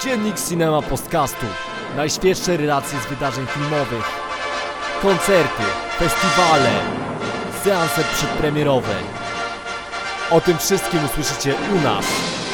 Dziennik Cinema Podcastu. Najświeższe relacje z wydarzeń filmowych. Koncerty, festiwale, seanse przedpremierowe. O tym wszystkim usłyszycie u nas.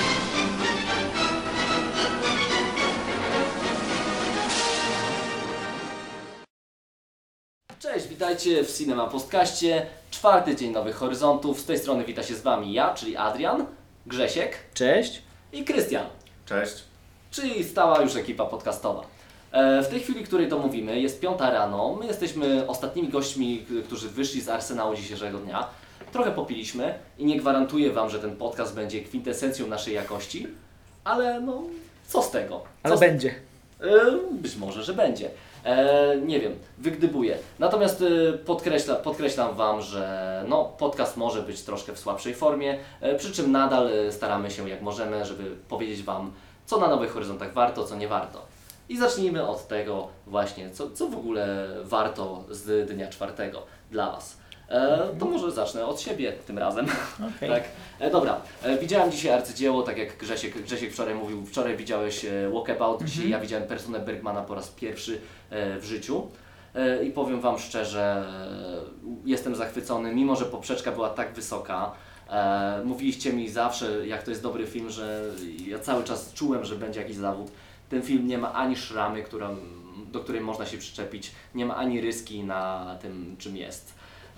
Cześć, witajcie w Cinema Podcaście. 4. dzień Nowych Horyzontów. Z tej strony wita się z Wami ja, czyli Adrian, Grzesiek. Cześć. I Krystian. Cześć. Czyli stała już ekipa podcastowa. W tej chwili, której to mówimy, jest 5 rano. My jesteśmy ostatnimi gośćmi, którzy wyszli z arsenału dzisiejszego dnia. Trochę popiliśmy i nie gwarantuję Wam, że ten podcast będzie kwintesencją naszej jakości, ale no, co z tego? Będzie. Być może, że będzie. Nie wiem, wygdybuję. Natomiast podkreślam Wam, że no, podcast może być troszkę w słabszej formie, przy czym nadal staramy się jak możemy, żeby powiedzieć Wam, co na Nowych Horyzontach warto, co nie warto. I zacznijmy od tego właśnie, co w ogóle warto z dnia 4 dla Was. To może zacznę od siebie tym razem. Okay. Tak. Dobra, widziałem dzisiaj arcydzieło, tak jak Grzesiek wczoraj mówił, wczoraj widziałeś Walkabout, dzisiaj ja widziałem Personę Bergmana po raz pierwszy w życiu. I powiem Wam szczerze, jestem zachwycony, mimo że poprzeczka była tak wysoka. Mówiliście mi zawsze, jak to jest dobry film, że ja cały czas czułem, że będzie jakiś zawód. Ten film nie ma ani szramy, do której można się przyczepić, nie ma ani ryski na tym, czym jest.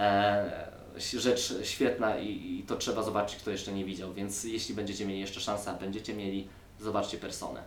Rzecz świetna i to trzeba zobaczyć, kto jeszcze nie widział, więc jeśli będziecie mieli jeszcze szansę, będziecie mieli, zobaczcie Personę.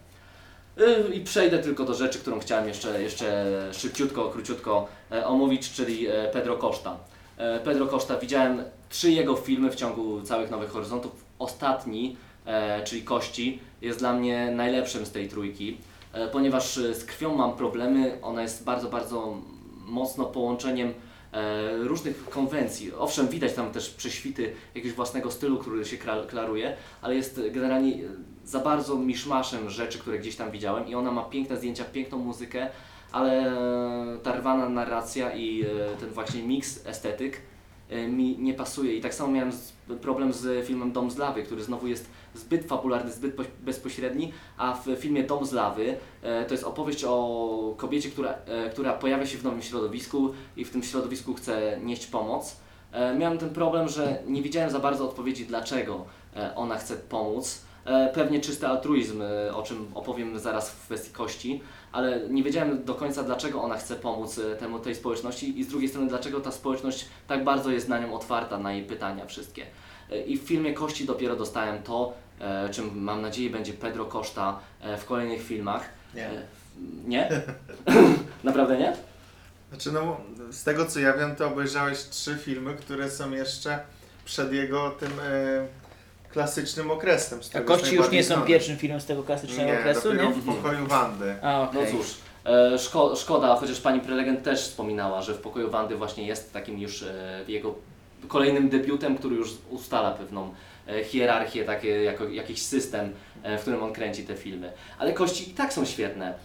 I przejdę tylko do rzeczy, którą chciałem jeszcze szybciutko, króciutko omówić, czyli Pedro Costa. Pedro Costa, widziałem 3 jego filmy w ciągu całych Nowych Horyzontów. Ostatni, czyli Kości, jest dla mnie najlepszym z tej trójki, ponieważ z krwią mam problemy, ona jest bardzo, bardzo mocno połączeniem różnych konwencji. Owszem, widać tam też prześwity jakiegoś własnego stylu, który się klaruje, ale jest generalnie za bardzo miszmaszem rzeczy, które gdzieś tam widziałem i ona ma piękne zdjęcia, piękną muzykę, ale ta rwana narracja i ten właśnie miks estetyk mi nie pasuje. I tak samo miałem problem z filmem Dom z lawy, który znowu jest zbyt fabularny, zbyt bezpośredni, a w filmie Dom z lawy to jest opowieść o kobiecie, która pojawia się w nowym środowisku i w tym środowisku chce nieść pomoc. Miałem ten problem, że nie wiedziałem za bardzo odpowiedzi, dlaczego ona chce pomóc. Pewnie czysty altruizm, o czym opowiem zaraz w kwestii Kości, ale nie wiedziałem do końca, dlaczego ona chce pomóc tej społeczności i z drugiej strony, dlaczego ta społeczność tak bardzo jest na nią otwarta, na jej pytania wszystkie. I w filmie Kości dopiero dostałem to, czym mam nadzieję będzie Pedro Costa w kolejnych filmach. Nie. Nie? Naprawdę nie? Znaczy no, z tego co ja wiem, to obejrzałeś 3 filmy, które są jeszcze przed jego tym klasycznym okresem. A Kości już nie są pierwszym filmem z tego klasycznego okresu, nie? W pokoju Wandy. No cóż, szkoda, chociaż pani prelegent też wspominała, że w pokoju Wandy właśnie jest takim już jego kolejnym debiutem, który już ustala pewną hierarchię, jako jakiś system, w którym on kręci te filmy. Ale Kości i tak są świetne.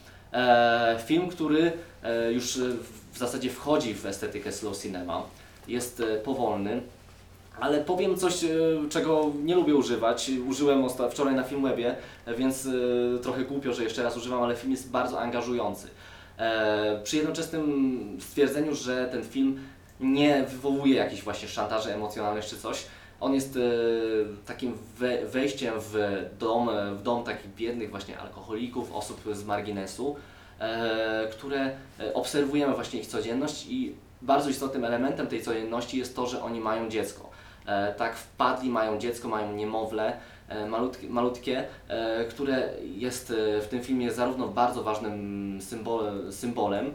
Film, który już w zasadzie wchodzi w estetykę slow cinema, jest powolny, ale powiem coś, czego nie lubię używać. Użyłem wczoraj na Filmwebie, więc trochę głupio, że jeszcze raz używam, ale film jest bardzo angażujący. Przy jednoczesnym stwierdzeniu, że ten film nie wywołuje jakichś właśnie szantaży emocjonalnych czy coś. On jest takim wejściem w dom takich biednych właśnie alkoholików, osób z marginesu, które obserwujemy właśnie ich codzienność i bardzo istotnym elementem tej codzienności jest to, że oni mają dziecko. Tak wpadli, mają dziecko, mają niemowlę, malutkie, które jest w tym filmie zarówno bardzo ważnym symbolem,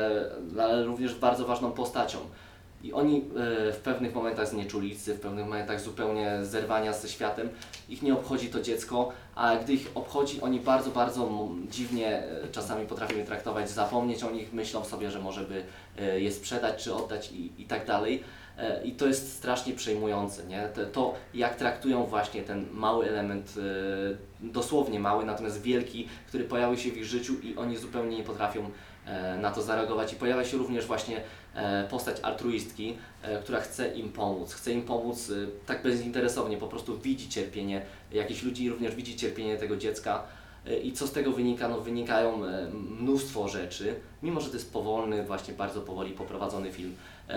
ale również bardzo ważną postacią. I oni w pewnych momentach znieczulicy, w pewnych momentach zupełnie zerwania ze światem, ich nie obchodzi to dziecko, a gdy ich obchodzi, oni bardzo, bardzo dziwnie czasami potrafią je traktować, zapomnieć o nich, myślą sobie, że może by je sprzedać czy oddać i tak dalej. I to jest strasznie przejmujące, nie? To jak traktują właśnie ten mały element, dosłownie mały, natomiast wielki, który pojawił się w ich życiu i oni zupełnie nie potrafią na to zareagować. I pojawia się również właśnie postać altruistki, która chce im pomóc. Chce im pomóc tak bezinteresownie, po prostu widzi cierpienie jakichś ludzi i również widzi cierpienie tego dziecka I co z tego wynika? No wynikają mnóstwo rzeczy, mimo że to jest powolny, właśnie bardzo powoli poprowadzony film.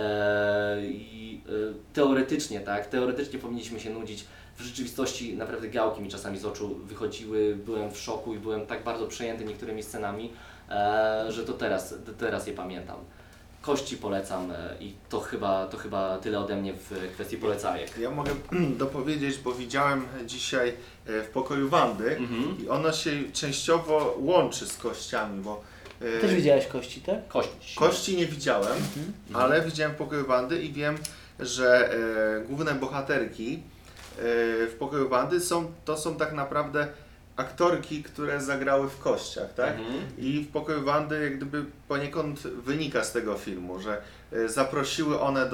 Teoretycznie, tak, teoretycznie powinniśmy się nudzić. W rzeczywistości naprawdę gałki mi czasami z oczu wychodziły, byłem w szoku i byłem tak bardzo przejęty niektórymi scenami, że to teraz je pamiętam. Kości polecam i to chyba tyle ode mnie w kwestii polecajek. Ja mogę dopowiedzieć, bo widziałem dzisiaj w pokoju Wandy i ono się częściowo łączy z kościami, bo Też widziałeś kości, tak? kości nie widziałem, ale widziałem w pokoju Wandy i wiem, że główne bohaterki w pokoju Wandy to są tak naprawdę aktorki, które zagrały w kościach, tak? I w pokoju Wandy jak gdyby poniekąd wynika z tego filmu, że zaprosiły one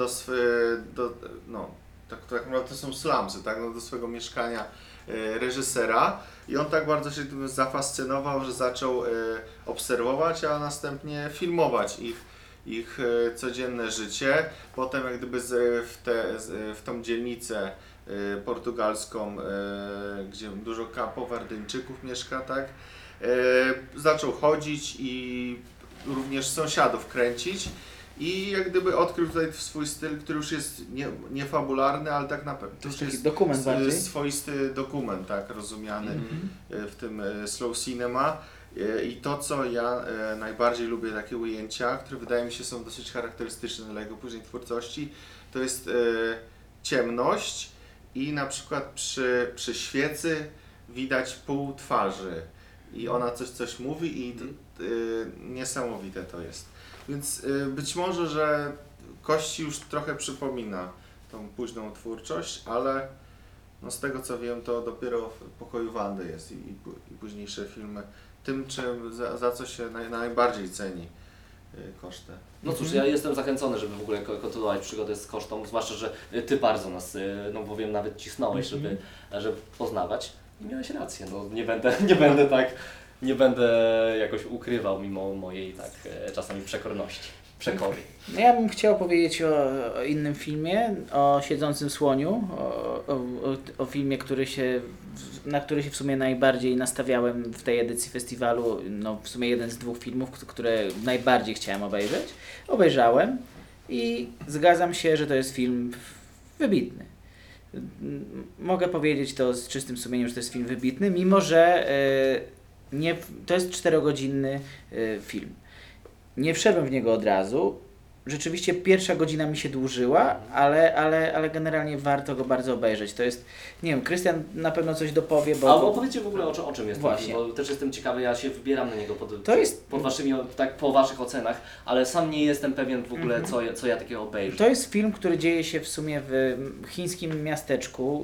tak naprawdę to są slumsy, tak? No, do swojego mieszkania reżysera i on tak bardzo się tym zafascynował, że zaczął obserwować, a następnie filmować ich codzienne życie. Potem jak gdyby w tą dzielnicę portugalską, gdzie dużo Kapowerdyjczyków mieszka, tak? Zaczął chodzić i również sąsiadów kręcić i jak gdyby odkrył tutaj swój styl, który już jest niefabularny, ale tak naprawdę To jest taki dokument bardziej. swoisty dokument, tak, rozumiany w tym slow cinema. I to, co ja najbardziej lubię, takie ujęcia, które wydaje mi się są dosyć charakterystyczne dla jego później twórczości, to jest ciemność i na przykład przy świecy widać pół twarzy i ona coś mówi i niesamowite to jest. Więc być może, że Kości już trochę przypomina tą późną twórczość, ale no z tego co wiem, to dopiero w pokoju Wandy jest i późniejsze filmy tym, za co się najbardziej ceni kosztę. No cóż, ja jestem zachęcony, żeby w ogóle kontynuować przygodę z Kosztą, zwłaszcza, że Ty bardzo nas, no powiem, nawet cisnąłeś, żeby poznawać. I miałeś rację, no nie będę jakoś ukrywał mimo mojej tak czasami przekory. No ja bym chciał powiedzieć o innym filmie, o Siedzącym Słoniu, o filmie, na który się w sumie najbardziej nastawiałem w tej edycji festiwalu. No w sumie jeden z 2 filmów, które najbardziej chciałem obejrzeć. Obejrzałem i zgadzam się, że to jest film wybitny. Mogę powiedzieć to z czystym sumieniem, że to jest film wybitny, mimo że to jest 4-godzinny film. Nie wszedłem w niego od razu. Rzeczywiście pierwsza godzina mi się dłużyła, ale generalnie warto go bardzo obejrzeć. To jest, nie wiem, Krystian na pewno coś dopowie, bo... Albo opowiedzcie w ogóle o czym jest ten film, bo też jestem ciekawy, ja się wybieram na niego po waszych ocenach, ale sam nie jestem pewien w ogóle, co ja takiego obejrzę. To jest film, który dzieje się w sumie w chińskim miasteczku,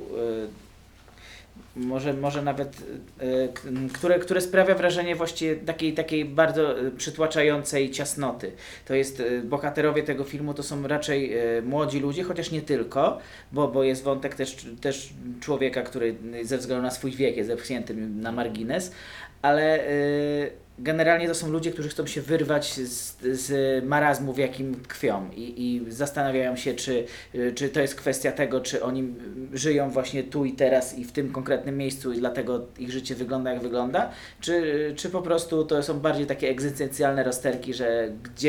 może nawet, które sprawia wrażenie właściwie takiej bardzo przytłaczającej ciasnoty. To jest, bohaterowie tego filmu to są raczej młodzi ludzie, chociaż nie tylko, bo jest wątek też człowieka, który ze względu na swój wiek jest zepchnięty na margines, ale generalnie to są ludzie, którzy chcą się wyrwać z marazmu, w jakim tkwią i zastanawiają się, czy to jest kwestia tego, czy oni żyją właśnie tu i teraz i w tym konkretnym miejscu i dlatego ich życie wygląda jak wygląda, czy po prostu to są bardziej takie egzystencjalne rozterki, że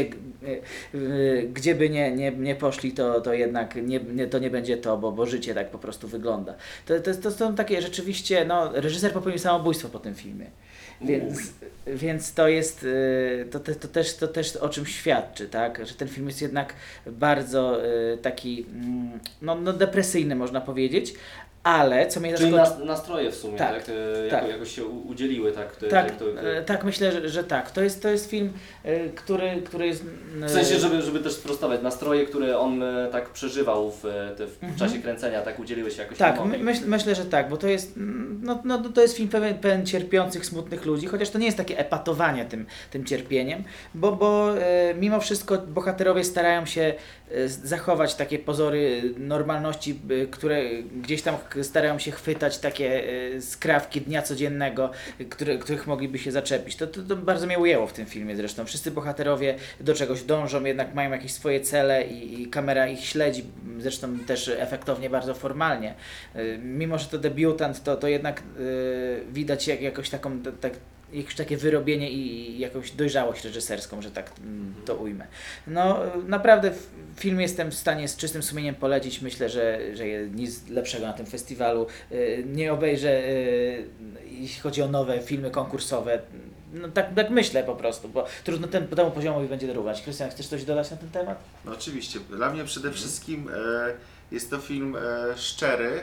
gdzie by nie poszli, to jednak to nie będzie to, bo życie tak po prostu wygląda. To są takie rzeczywiście, no reżyser popełnił samobójstwo po tym filmie. Więc to jest, to też o czym świadczy, tak? Że ten film jest jednak bardzo taki, no depresyjny można powiedzieć, ale co mnie zaskoczyło... Czyli nastroje w sumie, tak? Jakoś się udzieliły, tak? Tak, myślę, że tak. To jest film, który jest... W sensie, żeby też sprostować, nastroje, które on tak przeżywał w czasie kręcenia, tak udzieliły się jakoś tak, myślę, że tak, bo to jest, to jest film pełen cierpiących, smutnych ludzi, chociaż to nie jest takie epatowanie tym cierpieniem, bo mimo wszystko bohaterowie starają się zachować takie pozory normalności, które gdzieś tam starają się chwytać takie skrawki dnia codziennego, których mogliby się zaczepić. To bardzo mnie ujęło w tym filmie zresztą. Wszyscy bohaterowie do czegoś dążą, jednak mają jakieś swoje cele i kamera ich śledzi, zresztą też efektownie, bardzo formalnie. Mimo że to debiutant, to jednak widać jakoś jakieś takie wyrobienie i jakąś dojrzałość reżyserską, że tak to ujmę. No naprawdę film jestem w stanie z czystym sumieniem polecić. Myślę, że nic lepszego na tym festiwalu nie obejrzę, jeśli chodzi o nowe filmy konkursowe. No tak myślę po prostu, bo trudno temu poziomowi będzie dorównać. Krystian, chcesz coś dodać na ten temat? No oczywiście. Dla mnie przede wszystkim jest to film szczery,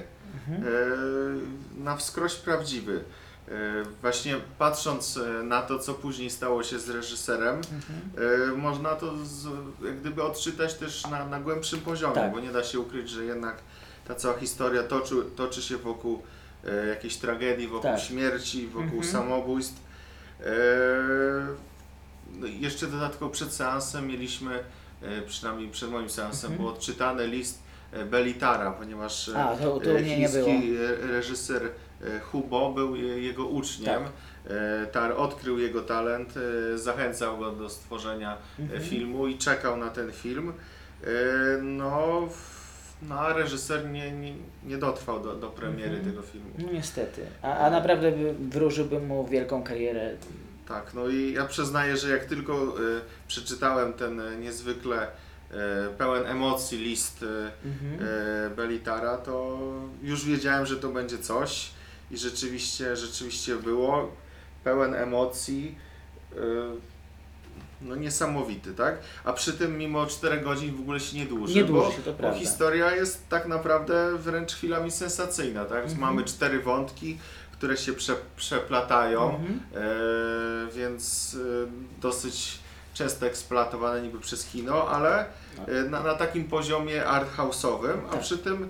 na wskroś prawdziwy. Właśnie patrząc na to, co później stało się z reżyserem, można to jak gdyby odczytać też na głębszym poziomie, Tak. bo nie da się ukryć, że jednak ta cała historia toczy się wokół jakiejś tragedii, wokół Tak. śmierci, wokół samobójstw. No i jeszcze dodatkowo przed seansem mieliśmy, przynajmniej przed moim seansem, był odczytany list Belitara, ponieważ to u mnie nie było. chiński reżyser Hubo był jego uczniem. Tar odkrył jego talent, zachęcał go do stworzenia filmu i czekał na ten film. A reżyser nie dotrwał do premiery tego filmu. No niestety. A naprawdę wróżyłbym mu wielką karierę. Tak, no i ja przyznaję, że jak tylko przeczytałem ten niezwykle pełen emocji list Belitara, to już wiedziałem, że to będzie coś i rzeczywiście było pełen emocji, no niesamowity, tak? A przy tym mimo 4 godzin w ogóle się nie dłuży, Nie dłuży się, to prawda. bo historia jest tak naprawdę wręcz chwilami sensacyjna, tak? Mamy 4 wątki, które się przeplatają, więc dosyć często eksploatowane niby przez kino, ale na takim poziomie arthouse'owym, a przy tym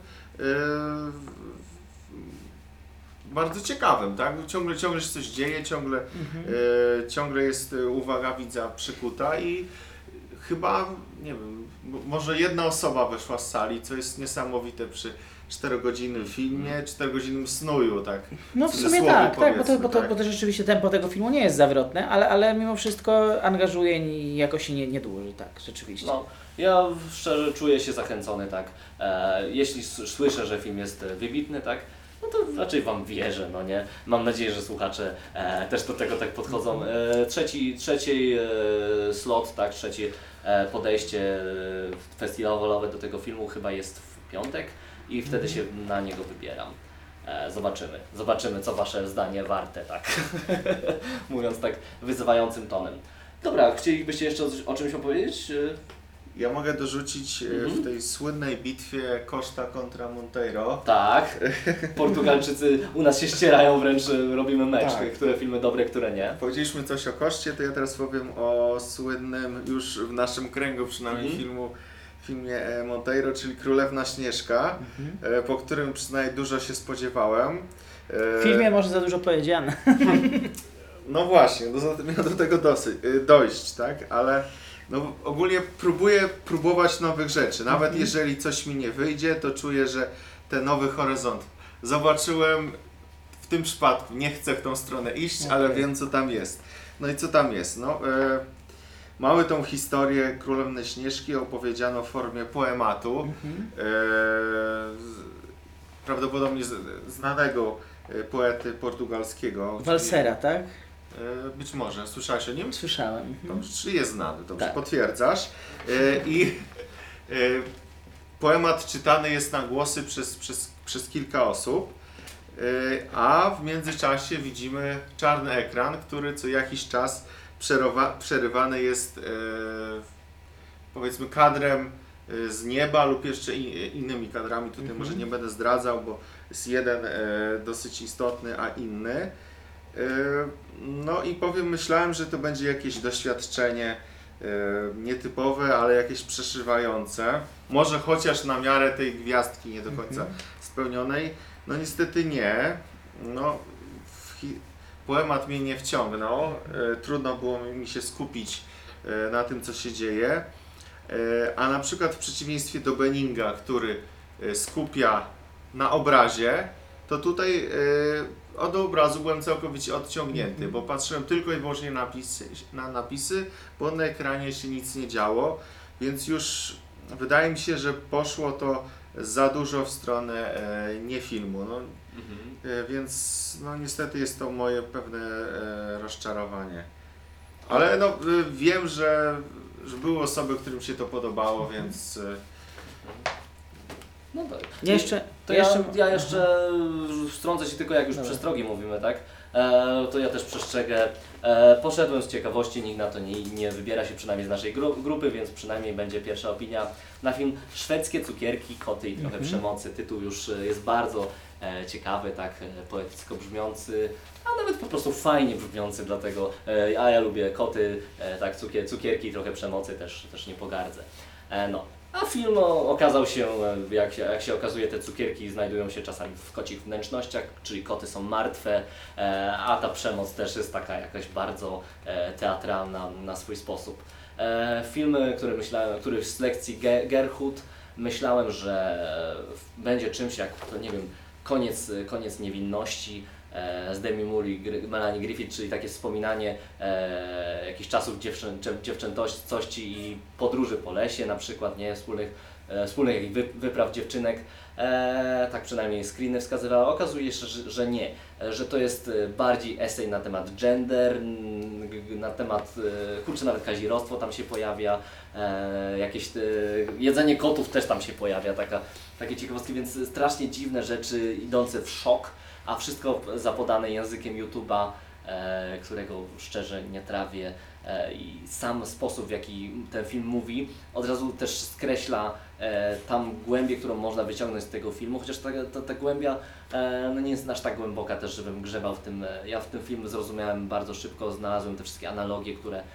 bardzo ciekawym, tak? Ciągle się coś dzieje, ciągle jest uwaga widza przykuta i chyba, nie wiem, może jedna osoba wyszła z sali, co jest niesamowite przy 4-godzinnym filmie, 4-godzinnym snuju, tak? No w sumie cudzysłowie tak, powiedzmy, bo to rzeczywiście tempo tego filmu nie jest zawrotne, ale mimo wszystko angażuje i jakoś się nie dłuży, tak, rzeczywiście. No, ja szczerze czuję się zachęcony, tak. Jeśli słyszę, że film jest wybitny, tak, no to raczej Wam wierzę, no nie? Mam nadzieję, że słuchacze też do tego tak podchodzą. Trzeci slot, tak, trzecie podejście festiwalowe do tego filmu chyba jest w piątek i wtedy się na niego wybieram. Zobaczymy, co Wasze zdanie warte, tak. Mówiąc tak wyzywającym tonem. Dobra, chcielibyście jeszcze o czymś opowiedzieć? Ja mogę dorzucić w tej słynnej bitwie Costa kontra Monteiro. Tak, Portugalczycy u nas się ścierają, wręcz robimy mecz, Tak. które filmy dobre, które nie. Powiedzieliśmy coś o koszcie, to ja teraz powiem o słynnym, już w naszym kręgu przynajmniej filmie Monteiro, czyli Królewna Śnieżka, po którym przyznaję dużo się spodziewałem. W filmie może za dużo powiedziane. No właśnie, miałem do tego dojść, tak, ale no, ogólnie próbować nowych rzeczy. Nawet jeżeli coś mi nie wyjdzie, to czuję, że ten nowy horyzont zobaczyłem. W tym przypadku nie chcę w tą stronę iść, ale wiem, co tam jest. No i co tam jest? No, mamy tą historię Królewnej Śnieżki opowiedzianą w formie poematu. Prawdopodobnie znanego poety portugalskiego. Walsera, tak? Być może. Słyszałeś o nim? Słyszałem. Dobrze, czy jest znany, dobrze, Tak. potwierdzasz. Poemat czytany jest na głosy przez kilka osób, a w międzyczasie widzimy czarny ekran, który co jakiś czas przerywany jest powiedzmy kadrem z nieba lub jeszcze innymi kadrami. Tutaj może nie będę zdradzał, bo jest jeden dosyć istotny, a inny. No i myślałem, że to będzie jakieś doświadczenie nietypowe, ale jakieś przeszywające. Może chociaż na miarę tej gwiazdki nie do końca spełnionej. No niestety nie. No, poemat mnie nie wciągnął. Trudno było mi się skupić na tym, co się dzieje. A na przykład w przeciwieństwie do Benninga, który skupia na obrazie, to tutaj od obrazu byłem całkowicie odciągnięty, bo patrzyłem tylko i wyłącznie na napisy, bo na ekranie się nic nie działo, więc już wydaje mi się, że poszło to za dużo w stronę nie filmu. No, Więc no niestety jest to moje pewne rozczarowanie. Ale no wiem, że były osoby, którym się to podobało, więc No tak. Jeszcze, To ja jeszcze wtrącę się tylko, jak już przestrogi mówimy, tak? To ja też przestrzegę. Poszedłem z ciekawości, nikt na to nie wybiera się, przynajmniej z naszej grupy, więc przynajmniej będzie pierwsza opinia na film Szwedzkie cukierki, koty i trochę przemocy. Tytuł już jest bardzo ciekawy, tak poetycko brzmiący, a nawet po prostu fajnie brzmiący, dlatego a ja lubię koty, tak cukierki i trochę przemocy, też nie pogardzę. No. A film okazał się, jak się okazuje, te cukierki znajdują się czasami w kocich wnętrznościach, czyli koty są martwe, a ta przemoc też jest taka jakaś bardzo teatralna na swój sposób. Film, który z lekcji Gerhut, myślałem, że będzie czymś jak, to nie wiem, koniec niewinności z Demi Moore i Melanie Griffith, czyli takie wspominanie jakichś czasów dziewczętości i podróży po lesie, na przykład, nie, wspólnych wypraw dziewczynek, tak przynajmniej screeny wskazywały. Okazuje się, że nie, że to jest bardziej esej na temat gender, na temat, kurczę, nawet kazirodztwo tam się pojawia, jakieś jedzenie kotów też tam się pojawia, takie ciekawostki, więc strasznie dziwne rzeczy idące w szok, a wszystko zapodane językiem YouTube'a, którego szczerze nie trawię, i sam sposób, w jaki ten film mówi, od razu też skreśla tam głębię, którą można wyciągnąć z tego filmu, chociaż ta głębia no nie jest aż tak głęboka też, żebym grzebał w tym. Ja w tym filmie zrozumiałem bardzo szybko, znalazłem te wszystkie analogie, które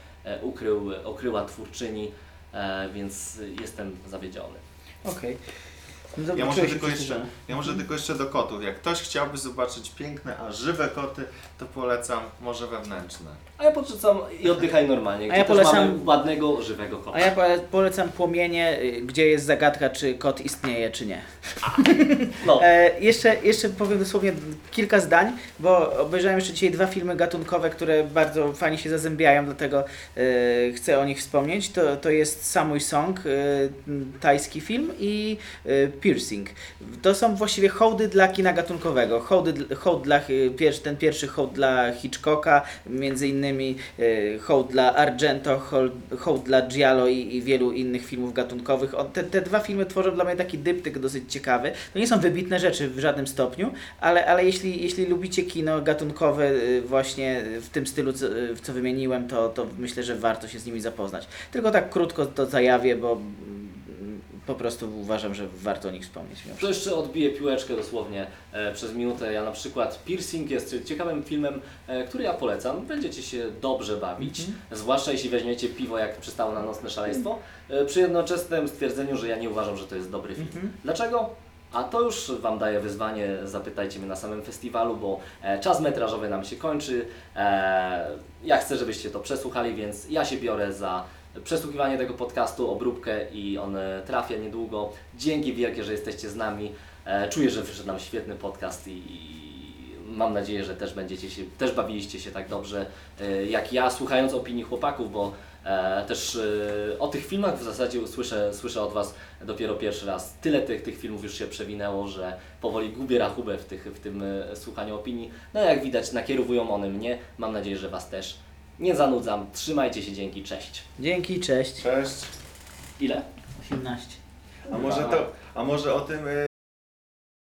ukryła twórczyni, więc jestem zawiedziony. Okej. ja może tylko jeszcze do kotów. Jak ktoś chciałby zobaczyć piękne, a żywe koty, to polecam Morze Wewnętrzne. A ja podrzucam I oddychaj normalnie, gdzie ja też polecam- mamy ładnego, żywego kota. A ja polecam Płomienie, gdzie jest zagadka, czy kot istnieje, czy nie. No. Jeszcze powiem dosłownie kilka zdań, bo obejrzałem jeszcze dzisiaj 2 filmy gatunkowe, które bardzo fajnie się zazębiają, dlatego chcę o nich wspomnieć. To jest Samui Song, tajski film, i Piercing. To są właściwie hołdy dla kina gatunkowego. Ten pierwszy hołd dla Hitchcocka, między innymi hołd dla Argento, hołd dla Giallo i wielu innych filmów gatunkowych. Te 2 filmy tworzą dla mnie taki dyptyk dosyć ciekawy. To nie są wybitne rzeczy w żadnym stopniu, ale jeśli lubicie kino gatunkowe właśnie w tym stylu, co wymieniłem, to myślę, że warto się z nimi zapoznać. Tylko tak krótko to zajawię, bo po prostu uważam, że warto o nich wspomnieć. To jeszcze odbiję piłeczkę dosłownie przez minutę. Ja na przykład Piercing jest ciekawym filmem, który ja polecam. Będziecie się dobrze bawić, zwłaszcza jeśli weźmiecie piwo jak przystało na Nocne Szaleństwo, przy jednoczesnym stwierdzeniu, że ja nie uważam, że to jest dobry film. Dlaczego? A to już Wam daję wyzwanie, zapytajcie mnie na samym festiwalu, bo czas metrażowy nam się kończy. Ja chcę, żebyście to przesłuchali, więc ja się biorę za przesłuchiwanie tego podcastu, obróbkę, i on trafia niedługo. Dzięki wielkie, że jesteście z nami. Czuję, że wyszedł nam świetny podcast i mam nadzieję, że też bawiliście się tak dobrze jak ja, słuchając opinii chłopaków, bo też o tych filmach w zasadzie słyszę od Was dopiero pierwszy raz. Tyle tych filmów już się przewinęło, że powoli gubię rachubę w tym słuchaniu opinii. No jak widać, nakierowują one mnie. Mam nadzieję, że Was też. Nie zanudzam. Trzymajcie się, dzięki, cześć. Dzięki, cześć. Cześć. Ile? 18. A może o tym